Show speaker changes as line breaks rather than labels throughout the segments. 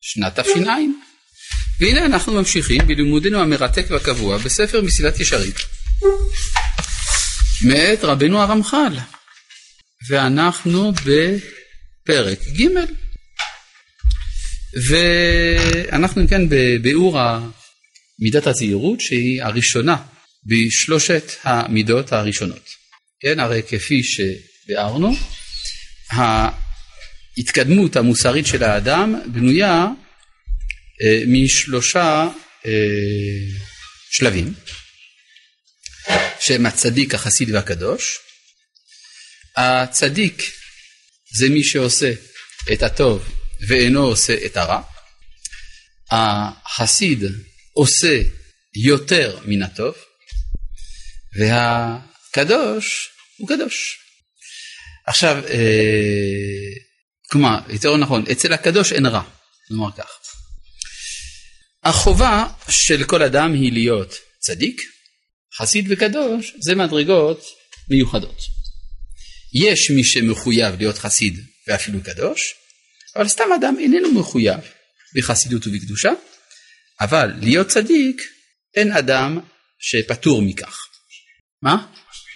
שנת תש"ע. והנה אנחנו ממשיכים בלימודנו המרתק והקבוע בספר מסילת ישרים מאת רבנו הרמח"ל, ואנחנו בפרק ג', ואנחנו כאן בביאור מידת הזהירות שהיא הראשונה בשלושת המידות הראשונות. כן, הרי כפי שביארנו, ההתקדמות המוסרית של האדם בנויה משלושה שלבים, שהם הצדיק, החסיד והקדוש. הצדיק זה מי שעושה את הטוב ואינו עושה את הרע. החסיד עושה יותר מן הטוב, והקדוש הוא קדוש. עכשיו, כלומר, יותר נכון, אצל הקדוש אין רע, נאמר כך. החובה של כל אדם היא להיות צדיק, חסיד וקדוש, זה מדרגות מיוחדות. יש מי שמחויב להיות חסיד ואפילו קדוש, אבל סתם אדם איננו מחויב בחסידות ובקדושה, אבל להיות צדיק אין אדם שפטור מכך. מה?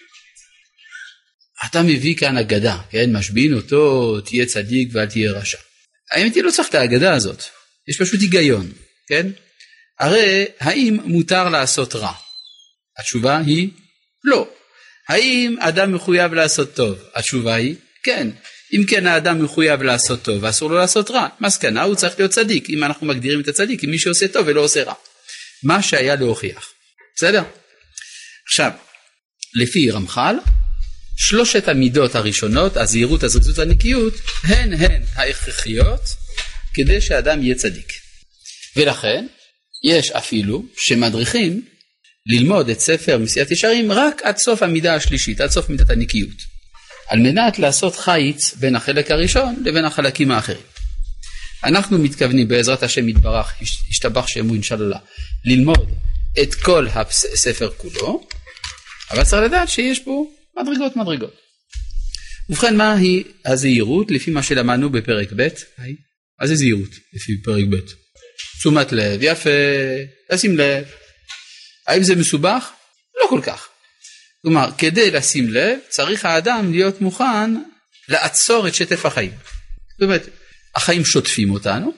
אתה מביא כאן אגדה, כן? משביעים אותו, תהיה צדיק ואל תהיה רשע. האמת היא לא צריך את האגדה הזאת, יש פשוט היגיון, כן? הרי האם מותר לעשות רע? התשובה היא לא. האם אדם מחויב לעשות טוב? התשובה היא כן. אם כן האדם מחויב לעשות טוב ואסור לו לעשות רע, מסקנה הוא צריך להיות צדיק. אם אנחנו מגדירים את הצדיק, אם מי שעושה טוב ולא עושה רע, מה שהיה להוכיח. בסדר? עכשיו, לפי רמח"ל, שלושת המידות הראשונות, הזהירות, הזריזות והנקיות, הן ההכרחיות כדי שאדם יהיה צדיק. ולכן יש אפילו שמדריכים ללמוד את ספר מסילת ישרים רק עד סוף המידה השלישית, עד סוף מידת הנקיות, על מנת לעשות חיץ בין החלק הראשון לבין החלקים האחרים. אנחנו מתכוונים בעזרת השם יתברך, ישתבח שמו אינשאללה, ללמוד את כל הספר כולו, אבל צריך לדעת שיש בו מדרגות. ובכן, מה היא הזהירות לפי מה שלמדנו בפרק ב'? מה זה זהירות לפי פרק ב'? תשומת לב, יפה, לשים לב. האם זה מסובך? לא כל כך. כלומר, כדי לשים לב, צריך האדם להיות מוכן לעצור את שטף החיים. זאת אומרת, החיים שוטפים אותנו,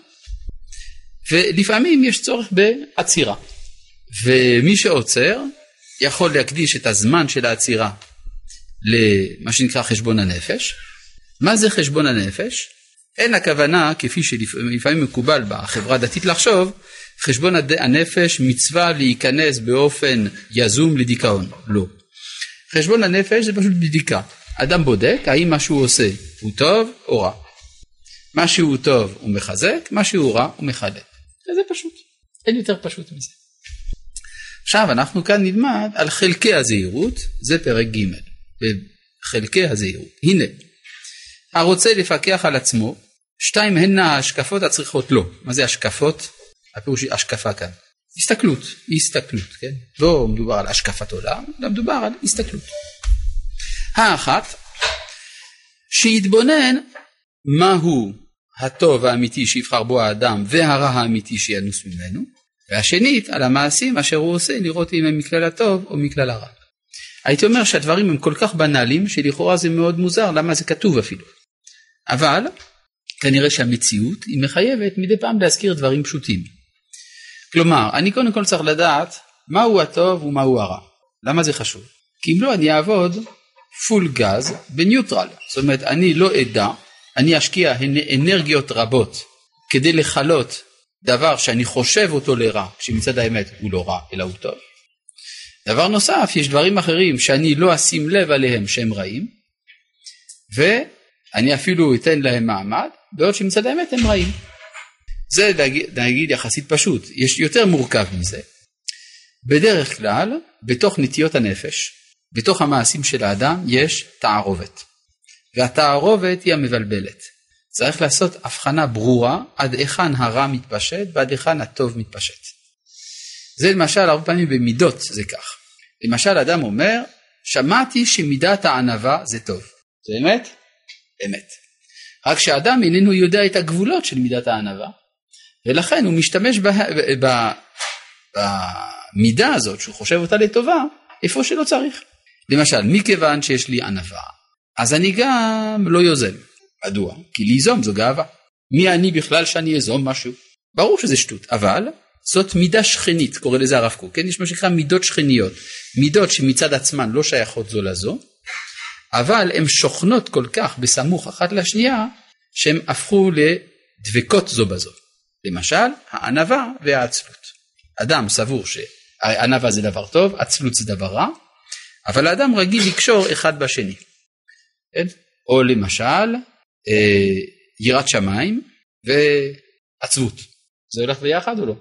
ולפעמים יש צורך בעצירה. ומי שעוצר, יכול להקדיש את הזמן של העצירה למה שנקרא חשבון הנפש. מה זה חשבון הנפש? אין הכוונה, כפי שלפעמים מקובל בחברה דתית לחשוב, חשבון הנפש מצווה להיכנס באופן יזום לדיכאון. לא. חשבון הנפש זה פשוט בדיקה. אדם בודק האם מה שהוא עושה הוא טוב או רע. מה שהוא טוב הוא מחזק, מה שהוא רע הוא מחלק. זה פשוט. אין יותר פשוט מזה. עכשיו אנחנו כאן נלמד על חלקי הזהירות, זה פרק ג' בחלקי הזהירות. הנה, הרוצה לפקח על עצמו, 2 הן ההשקפות הצריכות לו. מה זה השקפות? הפירוש השקפה כאן. הסתכלות, כן? לא מדובר על השקפת עולם, לא מדובר על הסתכלות. האחת, שיתבונן מהו הטוב האמיתי שיבחר בו האדם והרע האמיתי שינוס ממנו, והשנית, על המעשים אשר הוא עושה לראות אם הם מכלל הטוב או מכלל הרע. הייתי אומר שהדברים הם כל כך בנאליים שלכאורה זה מאוד מוזר, למה זה כתוב אפילו. אבל כנראה שהמציאות היא מחייבת מדי פעם להזכיר דברים פשוטים. כלומר, אני קודם כל צריך לדעת מהו הטוב ומהו הרע. למה זה חשוב? כי אם לא, אני אעבוד פול גז בניוטרל. זאת אומרת, אני לא אדע, אני אשקיע אנרגיות רבות כדי לחלות דבר שאני חושב אותו לרע, שמצד האמת הוא לא רע אלא הוא טוב. דבר נוסף, יש דברים אחרים שאני לא אשים לב עליהם שהם רעים, ואני אפילו אתן להם מעמד, בעוד שמצד האמת הם רעים. זה נגיד יחסית פשוט, יש יותר מורכב מזה. בדרך כלל, בתוך נטיות הנפש, בתוך המעשים של האדם, יש תערובת. והתערובת היא המבלבלת. צריך לעשות הבחנה ברורה עד היכן הרע מתפשט ועד היכן הטוב מתפשט. זה למשל הרבה פעמים במידות זה כך. למשל אדם אומר, שמעתי שמידת הענווה זה טוב. זה אמת? אמת. רק שאדם איננו יודע את הגבולות של מידת הענווה, ולכן הוא משתמש במידה הזאת, שהוא חושב אותה לטובה, איפה שלא צריך. למשל, מכיוון שיש לי ענווה, אז אני גם לא יוזם. מדוע? כי ליזום זו גאווה. מי אני בכלל שאני אזום משהו? ברור שזה שטות, אבל זאת מידה שכנית, קורא לזה הרב קוק, כן? יש מה שנקרא מידות שכניות, מידות שמצד עצמן לא שייכות זו לזו, אבל הן שוכנות כל כך בסמוך אחת לשנייה, שהן הפכו לדבקות זו בזו. למשל, הענווה והעצלות. אדם סבור שהענווה זה דבר טוב, עצלות זה דבר רע, אבל האדם רגיל לקשור אחד בשני. כן? או למשל, יראת שמיים ועצבות. זה הולך ביחד או לא?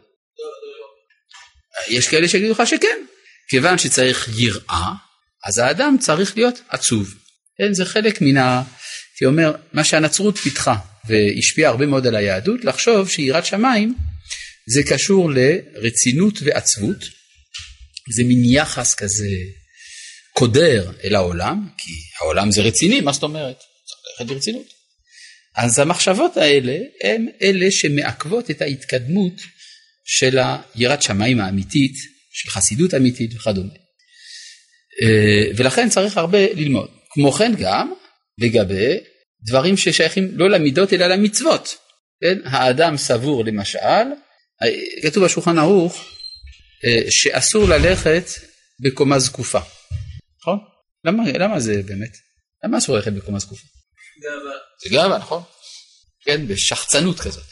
יש כאלה שיגידו לך שכן. כיוון שצריך יראה, אז האדם צריך להיות עצוב. כן? זה חלק הייתי אומר, מה שהנצרות פיתחה והשפיעה הרבה מאוד על היהדות, לחשוב שיראת שמיים זה קשור לרצינות ועצבות. זה מין יחס כזה קודר אל העולם, כי העולם זה רציני, מה זאת אומרת? צריך ללכת ברצינות. אז המחשבות האלה הן אלה שמעכבות את ההתקדמות של היראת שמיים האמיתית, של חסידות אמיתית וכדומה. ולכן צריך הרבה ללמוד. כמו כן גם לגבי דברים ששייכים לא למידות אלא למצוות. כן? האדם סבור למשל, כתוב בשולחן ערוך, שאסור ללכת בקומה זקופה. נכון? למה זה באמת? למה אסור ללכת בקומה זקופה? גאווה. זה גאווה, נכון? כן, בשחצנות כזאת.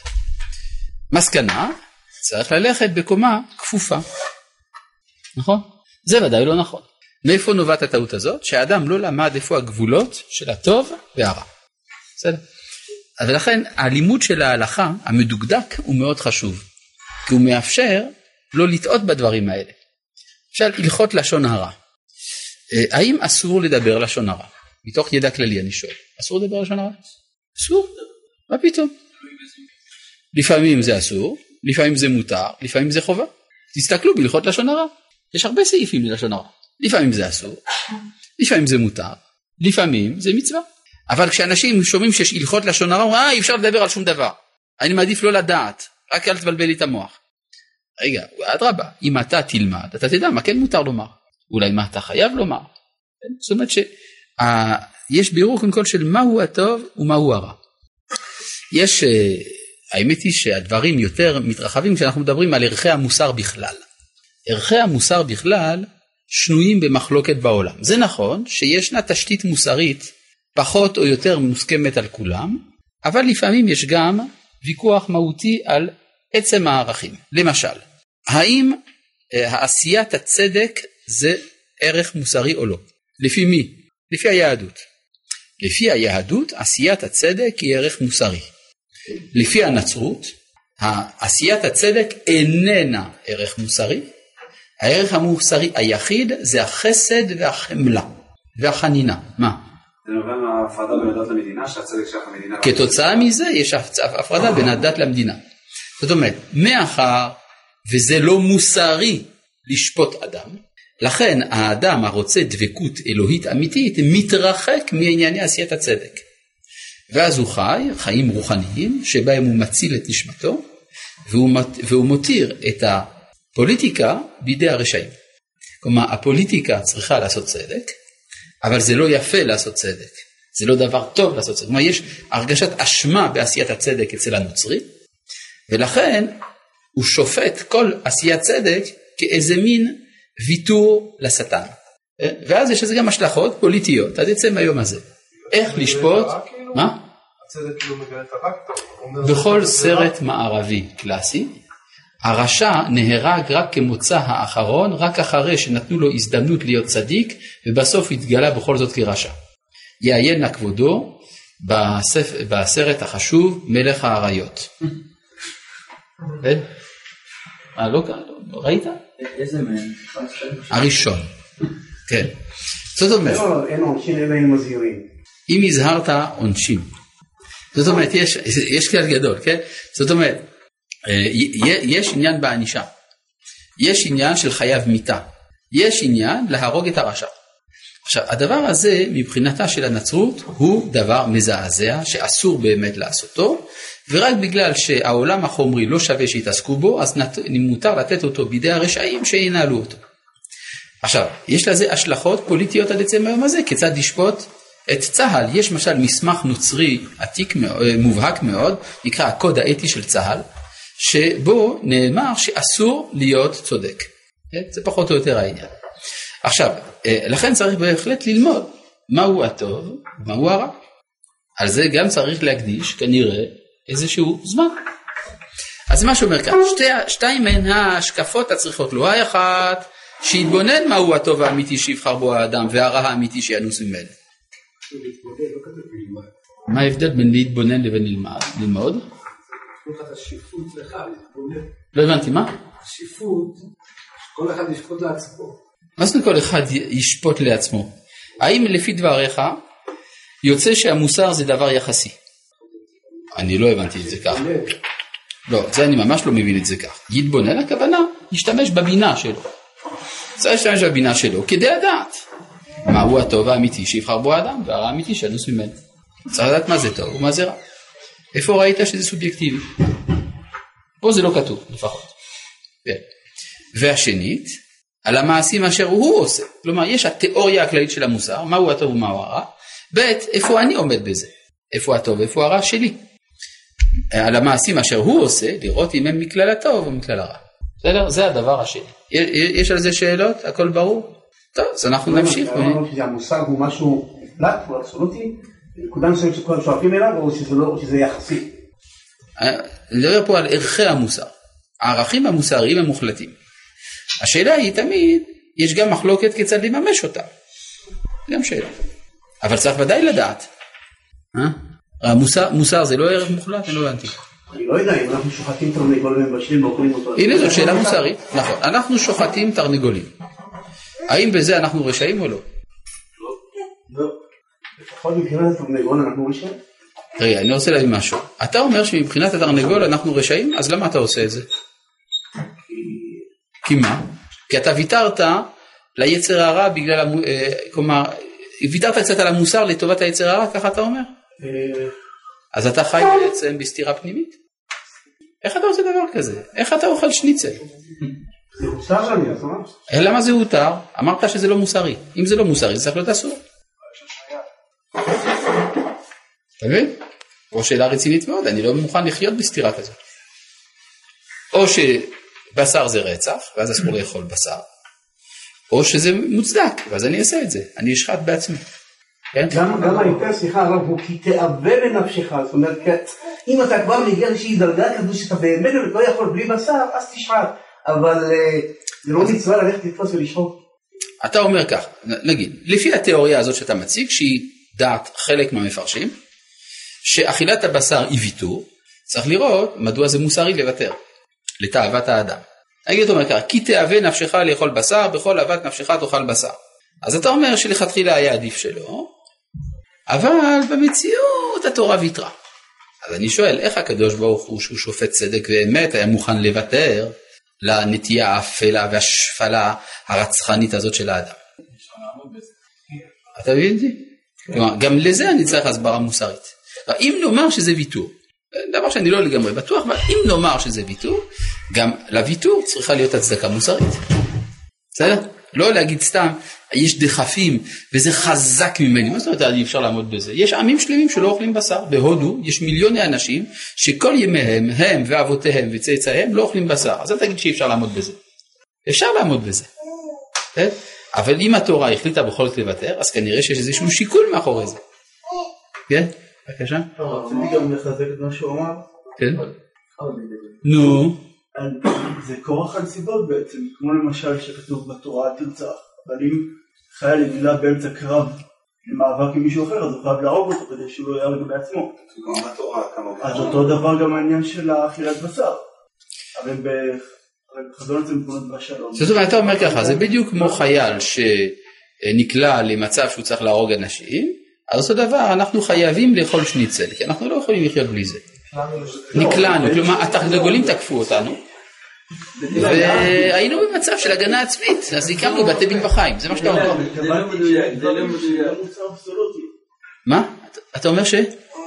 מסקנה, צריך ללכת בקומה כפופה. נכון? זה ודאי לא נכון. מאיפה נובעת הטעות הזאת? שהאדם לא למד איפה הגבולות של הטוב והרע. בסדר? ולכן הלימוד של ההלכה המדוקדק הוא מאוד חשוב. כי הוא מאפשר לא לטעות בדברים האלה. אפשר הלכות לשון הרע. האם אסור לדבר לשון הרע? מתוך ידע כללי אני שואל. אסור לדבר לשון הרע? אסור. מה פתאום? לפעמים זה אסור, לפעמים זה מותר, לפעמים זה חובה. תסתכלו בהלכות לשון הרע. יש הרבה סעיפים ללשון הרע. לפעמים זה אסור, לפעמים זה מותר, לפעמים זה מצווה. אבל כשאנשים שומעים שיש הלכות לשון הרע, אי אפשר לדבר על שום דבר. אני מעדיף לא לדעת, רק אל תבלבל לי את המוח. רגע, אדרבה, אם אתה תלמד, אתה תדע מה כן מותר לומר. אולי מה אתה חייב לומר. זאת אומרת שיש בירור קודם כל של מהו הטוב ומהו הרע. יש, האמת היא שהדברים יותר מתרחבים כשאנחנו מדברים על ערכי המוסר בכלל. ערכי המוסר בכלל שנויים במחלוקת בעולם. זה נכון שישנה תשתית מוסרית פחות או יותר מוסכמת על כולם, אבל לפעמים יש גם ויכוח מהותי על עצם הערכים. למשל, האם העשיית הצדק זה ערך מוסרי או לא? לפי מי? לפי היהדות. לפי היהדות, עשיית הצדק היא ערך מוסרי. לפי הנצרות, עשיית הצדק איננה ערך מוסרי. הערך המוסרי היחיד זה החסד והחמלה והחנינה. מה?
זה נובע מההפרדה בין הדת למדינה, שהצדק שייך למדינה.
כתוצאה מזה יש הפרדה בין הדת למדינה. זאת אומרת, מאחר וזה לא מוסרי לשפוט אדם, לכן האדם הרוצה דבקות אלוהית אמיתית מתרחק מענייני עשיית הצדק. ואז הוא חי חיים רוחניים שבהם הוא מציל את נשמתו, והוא מותיר את הפוליטיקה בידי הרשעים. כלומר, הפוליטיקה צריכה לעשות צדק, אבל זה לא יפה לעשות צדק. זה לא דבר טוב לעשות צדק. כלומר, יש הרגשת אשמה בעשיית הצדק אצל הנוצרי, ולכן הוא שופט כל עשיית צדק כאיזה מין ויתור לשטן. ואז יש לזה גם השלכות פוליטיות, עד עצם היום הזה. איך לשפוט? מה?
הצדק כאילו מגלה את הרק.
בכל סרט מערבי קלאסי, הרשע נהרג רק כמוצא האחרון, רק אחרי שנתנו לו הזדמנות להיות צדיק, ובסוף התגלה בכל זאת כרשע. יעיין נא כבודו בסרט החשוב מלך האריות. לא ראית?
איזה מהם?
הראשון. כן. זאת אומרת.
לא, אין עונשין אלא עם מזהירים.
אם הזהרת עונשין. זאת אומרת, יש כלל גדול, כן? זאת אומרת, יש עניין בענישה. יש עניין של חייב מיתה. יש עניין להרוג את הרשע. עכשיו, הדבר הזה מבחינתה של הנצרות הוא דבר מזעזע שאסור באמת לעשותו, ורק בגלל שהעולם החומרי לא שווה שיתעסקו בו, אז מותר לתת אותו בידי הרשעים שינהלו אותו. עכשיו, יש לזה השלכות פוליטיות עד עצם היום הזה, כיצד לשפוט את צה"ל. יש למשל מסמך נוצרי עתיק מובהק מאוד, נקרא הקוד האתי של צה"ל, שבו נאמר שאסור להיות צודק. זה פחות או יותר העניין. עכשיו, לכן צריך בהחלט ללמוד מהו הטוב ומהו הרע. על זה גם צריך להקדיש כנראה איזשהו זמן. אז מה שאומר כאן, שתיים מהן ההשקפות הצריכות לו, האחת, שיתבונן מהו הטוב האמיתי שיבחר בו האדם, והרע האמיתי שינוס ממנו. מה ההבדל בין להתבונן לבין ללמוד? לא הבנתי, מה?
שיפוט, כל אחד ישפוט לעצמו.
מה זאת כל אחד ישפוט לעצמו? האם לפי דבריך יוצא שהמוסר זה דבר יחסי? אני לא הבנתי את זה ככה. לא, זה אני ממש לא מבין את זה כך. יתבונן הכוונה, ישתמש בבינה שלו. צריך להשתמש בבינה שלו כדי לדעת מהו הטוב האמיתי שיבחר בו האדם, והרע האמיתי שינוס ממנו. צריך לדעת מה זה טוב ומה זה רע. איפה ראית שזה סובייקטיבי? פה זה לא כתוב לפחות. והשנית, על המעשים אשר הוא עושה. כלומר, יש התיאוריה הכללית של המוסר, מהו הטוב ומהו הרע. ב', איפה אני עומד בזה? איפה הטוב ואיפה הרע שלי? על המעשים אשר הוא עושה, לראות אם הם מכלל הטוב או מכלל הרע. בסדר? זה הדבר השני. יש על זה שאלות? הכל ברור? טוב, אז אנחנו נמשיך.
המוסר הוא משהו פלט, הוא אבסולוטי, נקודה מסוימת שכולם שואפים אליו, או שזה יחסי?
נדבר פה על ערכי המוסר. הערכים המוסריים הם מוחלטים. השאלה היא תמיד, יש גם מחלוקת כיצד לממש אותה. גם שאלה. אבל צריך ודאי לדעת. מוסר זה לא ערך מוחלט? אני לא הבנתי.
אני לא יודע, אם אנחנו שוחטים תרנגולים ומבשלים ואוכלים אותו.
הנה זו שאלה מוסרית. נכון, אנחנו שוחטים תרנגולים. האם בזה אנחנו רשעים או לא?
לא. לפחות מבחינת התרנגול אנחנו רשעים?
רגע, אני רוצה להגיד משהו. אתה אומר שמבחינת התרנגול אנחנו רשעים, אז למה אתה עושה את זה? כי מה? כי אתה ויתרת ליצר הרע בגלל, כלומר, ויתרת קצת על המוסר לטובת היצר הרע, ככה אתה אומר? אז אתה חי בעצם בסתירה פנימית? איך אתה עושה דבר כזה? איך אתה אוכל שניצל?
זה מוסר שאני עושה?
למה זה הותר? אמרת שזה לא מוסרי. אם זה לא מוסרי, זה צריך להיות אסור. אתה מבין? או שאלה רצינית מאוד, אני לא מוכן לחיות בסתירה כזאת. או שבשר זה רצח, ואז אסור לאכול בשר, או שזה מוצדק, ואז אני אעשה את זה, אני אשחט בעצמי.
גם היותר, סליחה הרב, הוא כי תאווה בנפשך, זאת אומרת, אם אתה כבר מגיע לאיזושהי דרגה כזו שאתה באמת לא יכול בלי בשר, אז תשחט, אבל זה לא מצווה ללכת לתפוס ולשחוט.
אתה אומר כך, נגיד, לפי התיאוריה הזאת שאתה מציג, שהיא דעת חלק מהמפרשים, שאכילת הבשר היא ויתור, צריך לראות מדוע זה מוסרי לוותר, לתאוות האדם. נגיד אומר כך, כי תאווה נפשך לאכול בשר, בכל אהבת נפשך תאכל בשר. אז אתה אומר שלכתחילה היה עדיף שלא, אבל במציאות התורה ויתרה. אז אני שואל, איך הקדוש ברוך הוא שהוא שופט צדק ואמת היה מוכן לוותר לנטייה האפלה והשפלה הרצחנית הזאת של האדם? אתה מבין את זה? כלומר, גם לזה אני צריך הסברה מוסרית. אם נאמר שזה ויתור, דבר שאני לא לגמרי בטוח, אבל אם נאמר שזה ויתור, גם לוויתור צריכה להיות הצדקה מוסרית. בסדר? לא להגיד סתם, יש דחפים וזה חזק ממני. מה זאת אומרת, אי אפשר לעמוד בזה? יש עמים שלמים שלא אוכלים בשר. בהודו יש מיליוני אנשים שכל ימיהם, הם ואבותיהם וצאצאיהם לא אוכלים בשר. אז אל תגיד שאי אפשר לעמוד בזה. אפשר לעמוד בזה. אבל אם התורה החליטה בכל זאת לוותר, אז כנראה שיש איזשהו שיקול מאחורי זה. כן? בבקשה?
רציתי גם לחזק את מה שהוא אמר.
כן? נו.
זה כורח הנסיבות בעצם, כמו למשל שכתוב בתורה תרצח, אבל אם חייל נגלה באמצע קרב למאבק עם מישהו אחר, אז הוא חייב להרוג אותו כדי שהוא לא יהרג בעצמו. אז אותו דבר גם העניין של האכילת בשר. אבל בחזון אצל מקונות בשלום.
זאת אומרת, אתה אומר ככה, זה בדיוק כמו חייל שנקלע למצב שהוא צריך להרוג אנשים, אז אותו דבר, אנחנו חייבים לאכול שניצל, כי אנחנו לא יכולים לחיות בלי זה. נקלענו, כלומר, התרנגולים תקפו אותנו, והיינו במצב של הגנה עצמית, אז הקמנו בתי דין בחיים, זה מה שאתה אומר. מה? אתה אומר ש?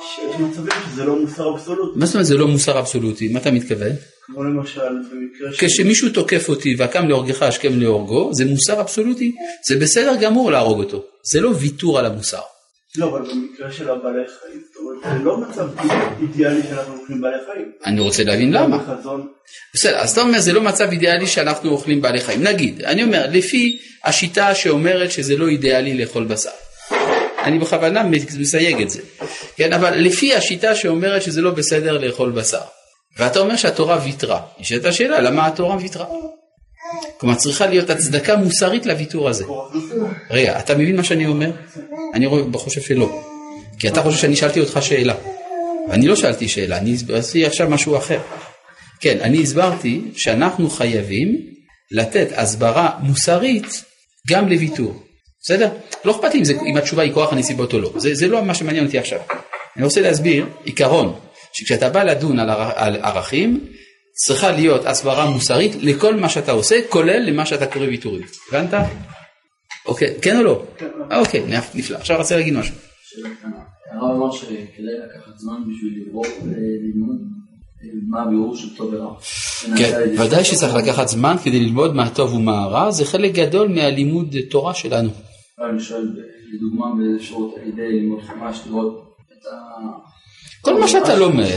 שיש מצבים שזה לא מוסר אבסולוטי.
מה זאת אומרת זה לא מוסר אבסולוטי? מה אתה מתכוון?
כמו למשל במקרה
כשמישהו תוקף אותי והקם להורגך השכם להורגו, זה מוסר אבסולוטי, זה בסדר גמור להרוג אותו, זה לא ויתור על המוסר.
לא, אבל במקרה של הבעלי חיים, זאת אומרת, זה לא מצב אידיאלי שאנחנו אוכלים בעלי חיים.
אני רוצה להבין למה. בסדר, אז אתה אומר זה לא מצב אידיאלי שאנחנו אוכלים בעלי חיים. נגיד, אני אומר, לפי השיטה שאומרת שזה לא אידיאלי לאכול בשר. אני בכוונה מסייג את זה. כן, אבל לפי השיטה שאומרת שזה לא בסדר לאכול בשר. ואתה אומר שהתורה ויתרה. יש את השאלה, למה התורה ויתרה? כלומר, צריכה להיות הצדקה מוסרית לוויתור הזה. רגע, אתה מבין מה שאני אומר? אני חושב שלא. כי אתה חושב שאני שאלתי אותך שאלה. ואני לא שאלתי שאלה, אני הסברתי עכשיו משהו אחר. כן, אני הסברתי שאנחנו חייבים לתת הסברה מוסרית גם לוויתור. בסדר? לא אכפת לי אם התשובה היא כוח הנסיבות או לא. זה לא מה שמעניין אותי עכשיו. אני רוצה להסביר עיקרון, שכשאתה בא לדון על ערכים, צריכה להיות הסברה מוסרית לכל מה שאתה עושה, כולל למה שאתה קורא ויתורים. הבנת? אוקיי, כן או לא? אוקיי, נפלא. עכשיו רצה להגיד משהו.
הרב אמר שכדאי לקחת זמן בשביל ללמוד מה הבירור של טוב ורע.
כן, ודאי שצריך לקחת זמן כדי ללמוד מה טוב ומה הרע, זה חלק גדול מהלימוד תורה שלנו.
אני שואל, לדוגמה, באפשרות על ידי ללמוד חמש, לראות את ה...
כל מה שאתה לומד,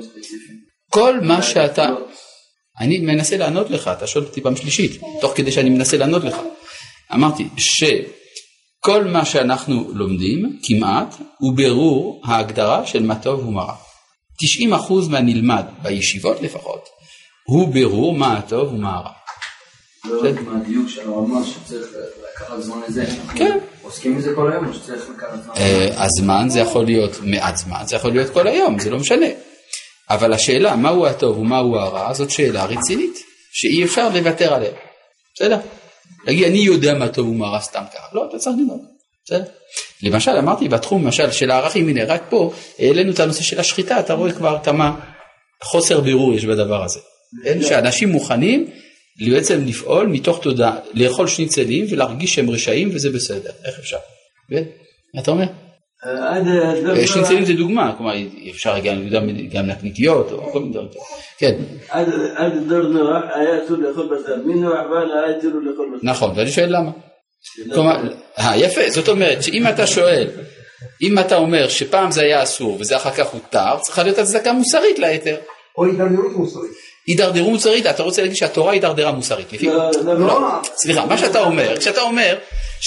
כל מה שאתה... אני מנסה לענות לך, אתה שואל אותי פעם שלישית, תוך כדי שאני מנסה לענות לך. אמרתי שכל מה שאנחנו לומדים, כמעט, הוא ברור ההגדרה של מה טוב ומה רע. 90% מהנלמד, בישיבות לפחות, הוא ברור מה הטוב ומה הרע.
לא יודעת מה הדיוק של הרמה שצריך לקחת זמן לזה.
כן.
עוסקים בזה כל היום או שצריך לקחת זמן?
הזמן זה יכול להיות מעט זמן, זה יכול להיות כל היום, זה לא משנה. אבל השאלה מהו הטוב ומהו הרע, זאת שאלה רצינית, שאי אפשר לוותר עליה. בסדר? להגיד, אני יודע מה טוב ומה רע סתם ככה. לא, אתה צריך ללמוד. בסדר? למשל, אמרתי בתחום למשל של הערכים, הנה רק פה, העלינו את הנושא של השחיטה, אתה רואה כבר כמה חוסר בירור יש בדבר הזה. שאנשים מוכנים בעצם לפעול מתוך תודעה, לאכול שניצלים ולהרגיש שהם רשעים וזה בסדר. איך אפשר? מה אתה אומר? שניצלים זה דוגמה, כלומר אפשר גם נקניקיות או כל מיני דברים. כן.
עד דור נוח היה אסור לאכול בשר, מנוח ועלה היה אסור לאכול בשר.
נכון, ואני שואל למה? כלומר, יפה, זאת אומרת שאם אתה שואל, אם אתה אומר שפעם זה היה אסור וזה אחר כך הותר, צריכה להיות הצדקה מוסרית ליתר.
או הידרדרות מוסרית.
הידרדרות מוסרית, אתה רוצה להגיד שהתורה הידרדרה מוסרית.
לא.
סליחה, מה שאתה אומר, כשאתה אומר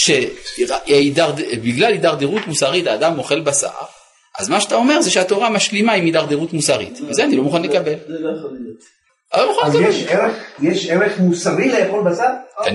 שבגלל הידרדרות מוסרית האדם אוכל בשר, אז מה שאתה אומר זה שהתורה משלימה עם הידרדרות מוסרית. וזה אני לא מוכן לקבל.
זה לא יכול להיות.
אז יש ערך מוסרי לאכול בשר?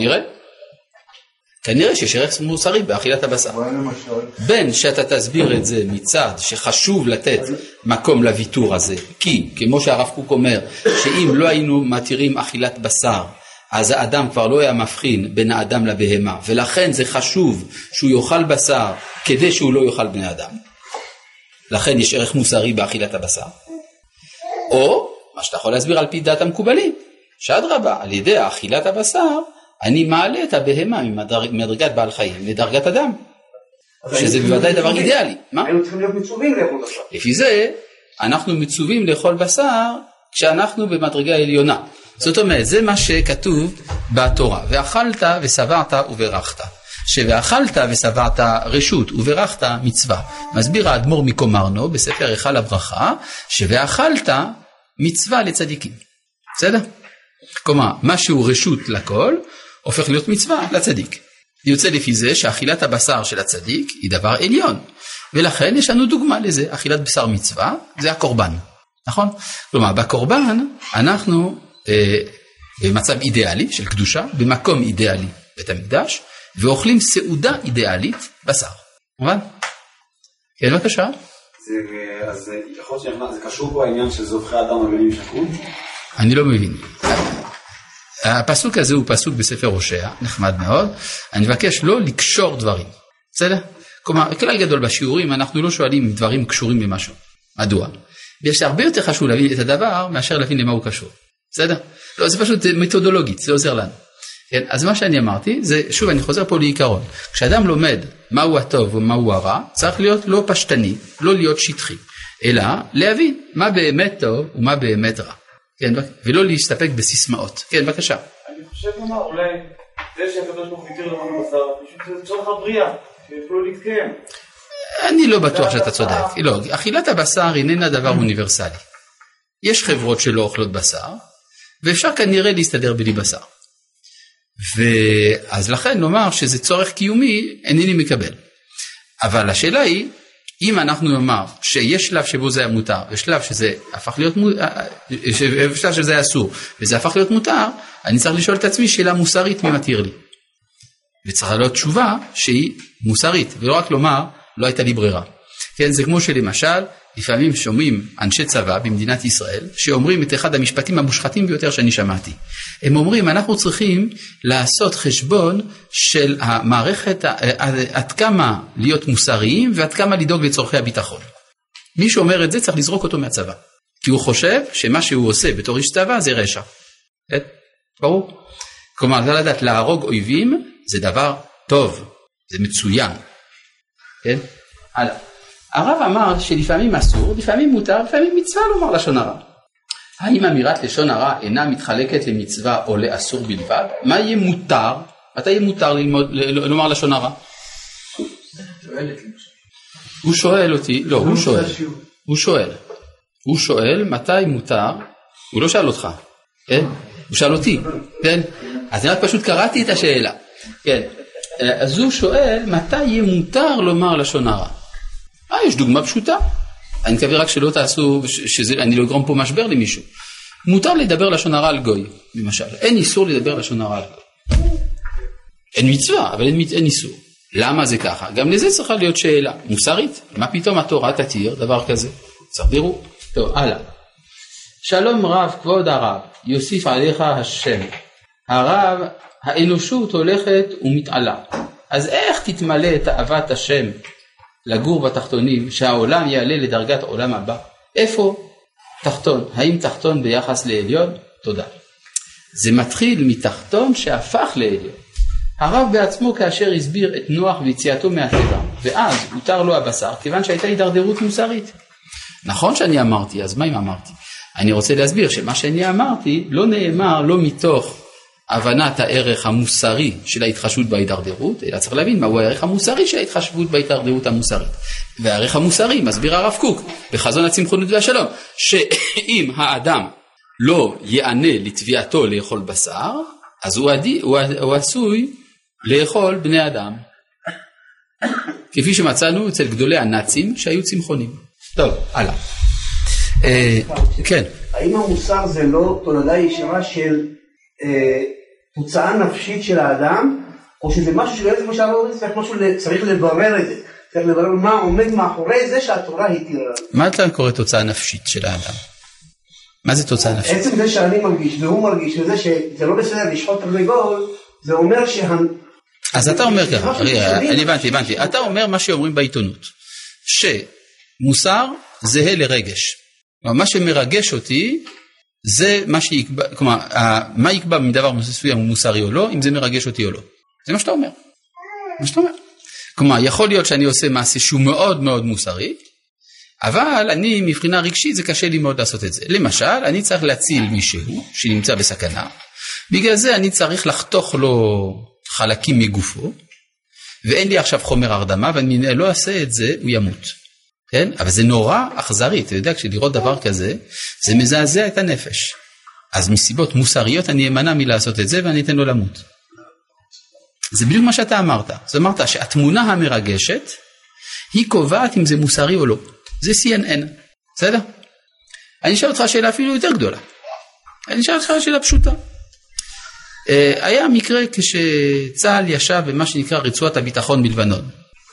כנראה שיש ערך מוסרי באכילת הבשר. בין שאתה תסביר את זה מצד שחשוב לתת מקום לוויתור הזה, כי כמו שהרב קוק אומר, שאם לא היינו מתירים אכילת בשר, אז האדם כבר לא היה מבחין בין האדם לבהמה, ולכן זה חשוב שהוא יאכל בשר כדי שהוא לא יאכל בני אדם. לכן יש ערך מוסרי באכילת הבשר. או, מה שאתה יכול להסביר על פי דת המקובלים, שאדרבה, על ידי אכילת הבשר, אני מעלה את הבהמה מדרגת בעל חיים לדרגת אדם, שזה בוודאי דבר אידיאלי. מה?
היינו צריכים להיות מצווים לאכול בשר.
לפי זה, אנחנו מצווים לאכול בשר כשאנחנו במדרגה עליונה. זאת אומרת, זה מה שכתוב בתורה. ואכלת ושבעת וברכת. שאכלת ושבעת רשות וברכת מצווה. מסביר האדמו"ר מקומרנו בספר היכל הברכה, שאכלת מצווה לצדיקים. בסדר? כלומר, משהו רשות לכל, הופך להיות מצווה לצדיק. יוצא לפי זה שאכילת הבשר של הצדיק היא דבר עליון. ולכן יש לנו דוגמה לזה, אכילת בשר מצווה, זה הקורבן. נכון? כלומר, בקורבן אנחנו במצב אידיאלי של קדושה, במקום אידיאלי בית המקדש, ואוכלים סעודה אידיאלית בשר. מובן? כן, בבקשה.
אז יכול להיות שזה קשור פה העניין של זובחי אדם המילים שקול?
אני לא מבין. הפסוק הזה הוא פסוק בספר הושע, נחמד מאוד. אני מבקש לא לקשור דברים. בסדר? כלומר, כלל גדול בשיעורים, אנחנו לא שואלים דברים קשורים במשהו. מדוע? ויש הרבה יותר חשוב להבין את הדבר, מאשר להבין למה הוא קשור. בסדר? לא, זה פשוט מתודולוגית, זה עוזר לנו. כן? אז מה שאני אמרתי, זה, שוב, אני חוזר פה לעיקרון. כשאדם לומד מהו הטוב ומהו הרע, צריך להיות לא פשטני, לא להיות שטחי, אלא להבין מה באמת טוב ומה באמת רע. כן, ולא להסתפק בסיסמאות. כן, בבקשה.
אני חושב לומר, אולי זה שהקדוש ברוך הוא התיר לנו בשר, פשוט זה צורך הבריאה, שיוכלו להתקיים.
אני לא בטוח שאתה צודק. לא, אכילת הבשר איננה דבר אוניברסלי. יש חברות שלא אוכלות בשר, ואפשר כנראה להסתדר בלי בשר. ואז לכן לומר שזה צורך קיומי, אינני מקבל. אבל השאלה היא, אם אנחנו נאמר שיש שלב שבו זה היה מותר, ושלב שזה הפך להיות שלב שזה היה אסור, וזה הפך להיות מותר, אני צריך לשאול את עצמי שאלה מוסרית מי מתיר לי. וצריך להיות תשובה שהיא מוסרית, ולא רק לומר, לא הייתה לי ברירה. כן, זה כמו שלמשל, לפעמים שומעים אנשי צבא במדינת ישראל, שאומרים את אחד המשפטים המושחתים ביותר שאני שמעתי. הם אומרים, אנחנו צריכים לעשות חשבון של המערכת, עד כמה להיות מוסריים, ועד כמה לדאוג לצורכי הביטחון. מי שאומר את זה צריך לזרוק אותו מהצבא. כי הוא חושב שמה שהוא עושה בתור איש צבא זה רשע. ברור? כלומר, זה לדעת, להרוג אויבים זה דבר טוב, זה מצוין. כן? הלאה. הרב אמר שלפעמים אסור, לפעמים מותר, לפעמים מצווה לומר לשון הרע. האם אמירת לשון הרע אינה מתחלקת למצווה או לאסור בלבד? מה יהיה מותר? מתי יהיה מותר לומר לשון הרע? הוא שואל אותי, לא, הוא שואל מתי מותר, הוא לא שאל אותך, כן? הוא שאל אותי, כן? אז אני רק פשוט קראתי את השאלה, כן? אז הוא שואל מתי יהיה מותר לומר לשון הרע? יש דוגמה פשוטה. אני מקווה רק שלא תעשו, שאני לא אגרום פה משבר למישהו. מותר לדבר לשון הרע על גוי, למשל. אין איסור לדבר לשון הרע על גוי. אין מצווה, אבל אין איסור. למה זה ככה? גם לזה צריכה להיות שאלה מוסרית. מה פתאום התורה תתיר דבר כזה? צריך לראות. טוב, הלאה. שלום רב, כבוד הרב, יוסיף עליך השם. הרב, האנושות הולכת ומתעלה. אז איך תתמלא את אהבת השם לגור בתחתונים, שהעולם יעלה לדרגת עולם הבא? איפה תחתון? האם תחתון ביחס לעליון? תודה. זה מתחיל מתחתון שהפך לעליון. הרב בעצמו כאשר הסביר את נוח ויציאתו מהטבע, ואז הותר לו הבשר, כיוון שהייתה הידרדרות מוסרית. נכון שאני אמרתי, אז מה אם אמרתי? אני רוצה להסביר שמה שאני אמרתי לא נאמר לא מתוך הבנת הערך המוסרי של ההתחשבות בהידרדרות, אלא צריך להבין מהו הערך המוסרי של ההתחשבות בהידרדרות המוסרית. והערך המוסרי, מסביר הרב קוק, בחזון הצמחונות והשלום, שאם האדם לא יענה לתביעתו לאכול בשר, אז הוא עשוי לאכול בני אדם. כפי שמצאנו אצל גדולי הנאצים שהיו צמחונים. טוב, הלאה. כן.
האם המוסר זה לא תולדה ישירה של תוצאה נפשית של האדם, או שזה משהו שבאמת כמו שאמרנו, צריך לברר את זה, צריך לברר מה עומד מאחורי זה שהתורה התירה.
מה אתה קורא תוצאה נפשית של האדם? מה זה תוצאה נפשית?
עצם זה שאני מרגיש והוא מרגיש, וזה שזה לא בסדר לשחוט תרנגול, זה אומר
אז אתה אומר ככה, אני הבנתי, אתה אומר מה שאומרים בעיתונות, שמוסר זהה לרגש. מה שמרגש אותי, זה מה שיקבע, כלומר, מה יקבע מדבר מסוים הוא מוסרי או לא, אם זה מרגש אותי או לא. זה מה שאתה אומר. כלומר, יכול להיות שאני עושה מעשה שהוא מאוד מאוד מוסרי, אבל אני מבחינה רגשית זה קשה לי מאוד לעשות את זה. למשל, אני צריך להציל מישהו שנמצא בסכנה, בגלל זה אני צריך לחתוך לו חלקים מגופו, ואין לי עכשיו חומר הרדמה, ואני לא אעשה את זה, הוא ימות. כן? אבל זה נורא אכזרי, אתה יודע, כשלראות דבר כזה, זה מזעזע את הנפש. אז מסיבות מוסריות אני אמנע מלעשות את זה, ואני אתן לו למות. זה בדיוק מה שאתה אמרת. זאת אומרת שהתמונה המרגשת, היא קובעת אם זה מוסרי או לא. זה CNN. בסדר? אני אשאל אותך שאלה אפילו יותר גדולה. אני אשאל אותך שאלה פשוטה. היה מקרה כשצה"ל ישב במה שנקרא רצועת הביטחון בלבנון.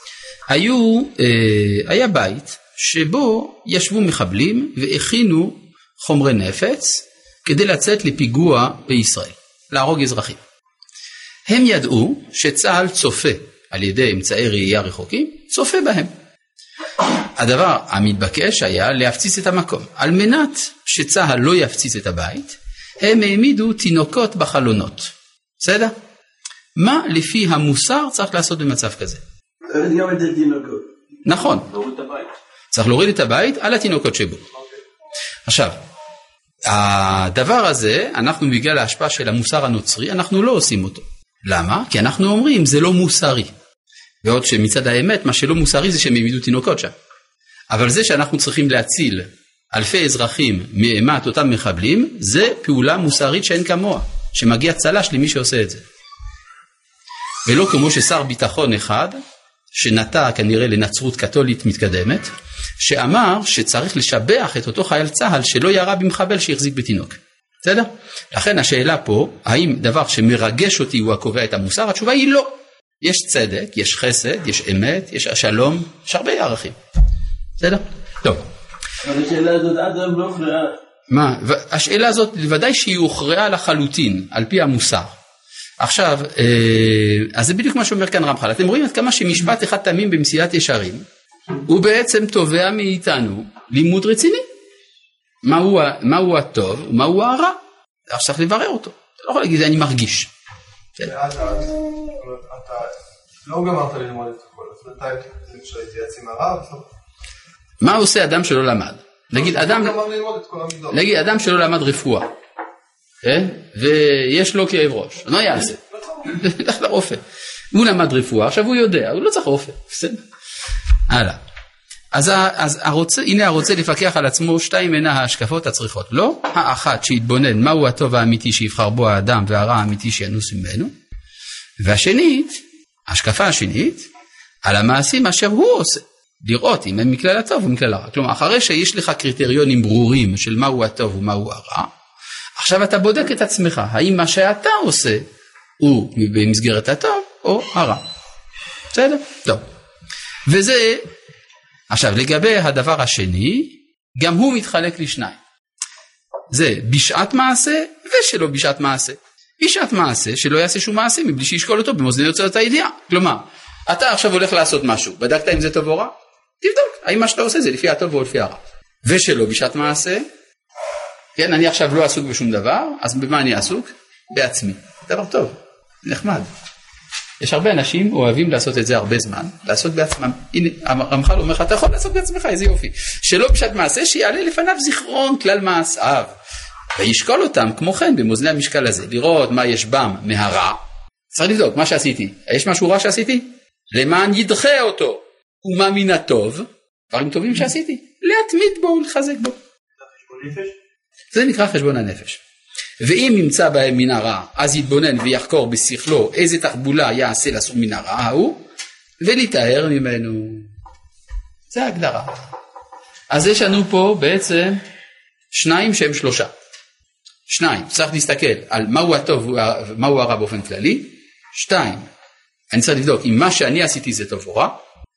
היה בית שבו ישבו מחבלים והכינו חומרי נפץ כדי לצאת לפיגוע בישראל, להרוג אזרחים. הם ידעו שצה"ל צופה על ידי אמצעי ראייה רחוקים, צופה בהם. הדבר המתבקש היה להפציץ את המקום. על מנת שצה"ל לא יפציץ את הבית, הם העמידו תינוקות בחלונות. בסדר? מה לפי המוסר צריך לעשות במצב כזה?
גם את זה תינוקות.
נכון. צריך להוריד את הבית על התינוקות שבו. עכשיו, הדבר הזה, אנחנו בגלל ההשפעה של המוסר הנוצרי, אנחנו לא עושים אותו. למה? כי אנחנו אומרים, זה לא מוסרי. ועוד שמצד האמת, מה שלא מוסרי זה שהם העמידו תינוקות שם. אבל זה שאנחנו צריכים להציל אלפי אזרחים מאימת אותם מחבלים, זה פעולה מוסרית שאין כמוה, שמגיע צלש למי שעושה את זה. ולא כמו ששר ביטחון אחד, שנטע כנראה לנצרות קתולית מתקדמת, שאמר שצריך לשבח את אותו חייל צהל שלא ירה במחבל שהחזיק בתינוק. בסדר? לכן השאלה פה, האם דבר שמרגש אותי הוא הקובע את המוסר? התשובה היא לא. יש צדק, יש חסד, יש אמת, יש שלום, יש הרבה ערכים. בסדר? טוב.
אבל השאלה הזאת עד היום לא הוכרעה.
מה? השאלה הזאת ודאי שהיא הוכרעה לחלוטין, על פי המוסר. עכשיו, אז זה בדיוק מה שאומר כאן רמח"ל. אתם רואים עד כמה שמשפט אחד תמים במסילת ישרים, הוא בעצם תובע מאיתנו לימוד רציני. מהו הטוב ומהו הרע? עכשיו צריך לברר אותו. אתה לא יכול להגיד, אני מרגיש.
ועד אז, אתה לא גמרת ללמוד את הכל, אז בינתיים שהתייעץ עם הרב,
מה עושה אדם שלא למד? נגיד אדם שלא למד רפואה, ויש לו כאב ראש, מה יעשה? לך לרופא. הוא למד רפואה, עכשיו הוא יודע, הוא לא צריך רופא. הלאה. אז הנה הרוצה לפקח על עצמו, שתיים הנה ההשקפות הצריכות. לא האחת שיתבונן מהו הטוב האמיתי שיבחר בו האדם והרע האמיתי שינוס ממנו. והשנית, ההשקפה השנית, על המעשים אשר הוא עושה. לראות אם הם מכלל הטוב ומכלל הרע. כלומר, אחרי שיש לך קריטריונים ברורים של מהו הטוב ומהו הרע, עכשיו אתה בודק את עצמך, האם מה שאתה עושה הוא במסגרת הטוב או הרע. בסדר? טוב. וזה, עכשיו לגבי הדבר השני, גם הוא מתחלק לשניים. זה בשעת מעשה ושלא בשעת מעשה. בשעת מעשה שלא יעשה שום מעשה מבלי שישקול אותו במאזני הוצאות הידיעה. כלומר, אתה עכשיו הולך לעשות משהו, בדקת אם זה טוב או רע? תבדוק, האם מה שאתה עושה זה לפי הטוב או לפי הרע. ושלא בשעת מעשה, כן, אני עכשיו לא עסוק בשום דבר, אז במה אני עסוק? בעצמי. דבר טוב, נחמד. יש הרבה אנשים אוהבים לעשות את זה הרבה זמן, לעשות בעצמם. הנה, רמח"ל אומר לך, אתה יכול לעשות בעצמך, איזה יופי. שלא בשעת מעשה, שיעלה לפניו זיכרון כלל מעשיו. וישקול אותם כמו כן במאזני המשקל הזה, לראות מה יש בם מהרע. צריך לבדוק מה שעשיתי. יש משהו רע שעשיתי? למען ידחה אותו. ומה מן הטוב? דברים טובים שעשיתי. להתמיד בו ולחזק בו. זה נקרא חשבון הנפש. ואם ימצא בהם מן הרע, אז יתבונן ויחקור בשכלו איזה תחבולה יעשה לסור מן הרע ההוא, ולהתאר ממנו. זה ההגדרה. אז יש לנו פה בעצם שניים שהם שלושה. שניים, צריך להסתכל על מהו הטוב ומהו הרע באופן כללי. שתיים, אני צריך לבדוק אם מה שאני עשיתי זה טוב או רע.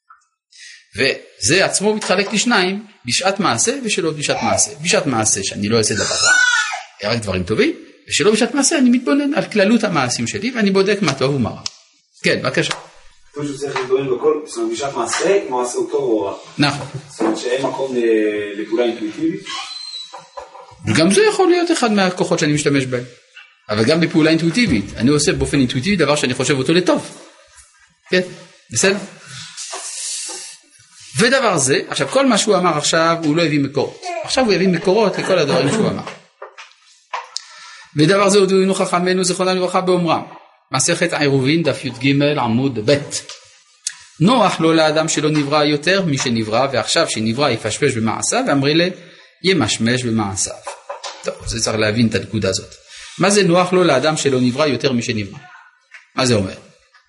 וזה עצמו מתחלק לשניים, בשעת מעשה ושלא בשעת מעשה. בשעת מעשה שאני לא אעשה דבר רע, רק דברים טובים, ושלא בשעת מעשה אני מתבונן על כללות המעשים שלי, ואני בודק מה טוב ומה רע. כן, בבקשה.
פשוט צריך להתבונן בכל, זאת אומרת, בשעת מעשה, מעשה הוא טוב או רע.
נכון.
זאת אומרת שאין מקום לפעולה אינטואיטיבית.
וגם זה יכול להיות אחד מהכוחות שאני משתמש בהם. אבל גם בפעולה אינטואיטיבית, אני עושה באופן אינטואיטיבי דבר שאני חושב אותו לטוב. כן, בסדר? ודבר זה, עכשיו כל מה שהוא אמר עכשיו הוא לא הביא מקורות. עכשיו הוא הביא מקורות לכל הדברים שהוא אמר. ודבר זה הודיעו חכמינו זיכרונם לברכה באומרם. מסכת עירובין דף י"ג עמוד ב'. נוח לו לאדם שלא נברא יותר משנברא, ועכשיו שנברא יפשפש במעשיו, ואמרי לה ימשמש במעשיו. טוב, זה צריך להבין את הנקודה הזאת. מה זה נוח לו לאדם שלא נברא יותר משנברא? מה זה אומר?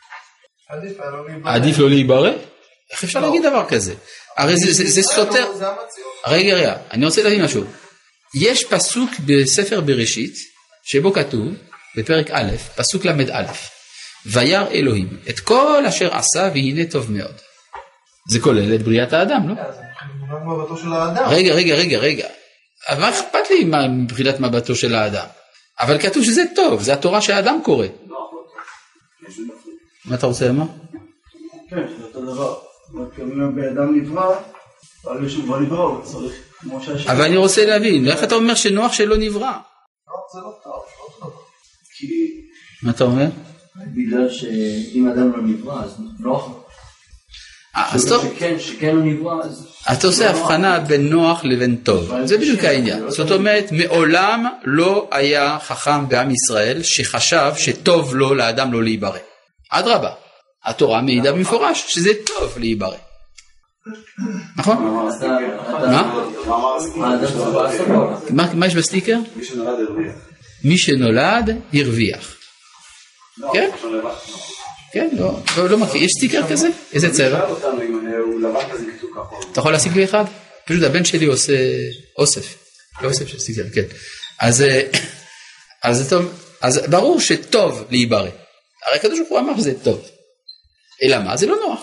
עדיף לא להיברא? איך אפשר להגיד דבר כזה? הרי זה סותר. רגע, אני רוצה להבין משהו. יש פסוק בספר בראשית, שבו כתוב, בפרק א', פסוק למד א', וירא אלוהים את כל אשר עשה והנה טוב מאוד. זה כולל את בריאת האדם, לא?
מבטו של האדם.
רגע. אבל מה אכפת לי מבחינת מבטו של האדם? אבל כתוב שזה טוב, זה התורה שהאדם קורא. מה אתה רוצה לומר?
כן, זה אותו דבר. אם באדם נברא, אבל שהוא כבר נברא, הוא צריך כמו שהשם.
אבל אני רוצה להבין, איך אתה אומר שנוח שלא נברא?
זה לא טוב, לא טוב.
כי...
מה אתה אומר?
בגלל שאם אדם לא נברא, אז נוח לו.
אז טוב.
שכן הוא נברא.
אתה עושה הבחנה בין נוח לבין טוב. זה בדיוק העניין. זאת אומרת, מעולם לא היה חכם בעם ישראל שחשב שטוב לו לאדם לא להיברא. אדרבה. התורה מעידה במפורש שזה טוב להיברא. נכון? מה יש בסטיקר? מי שנולד הרוויח. כן? כן, לא מכיר. יש סטיקר כזה? איזה צבע? אתה יכול להשיג לי אחד? פשוט הבן שלי עושה אוסף. לא אוסף של סטיקר, כן. אז ברור שטוב להיברא. הרי הקדוש ברוך הוא אמר שזה טוב. אלא מה? זה לא נוח.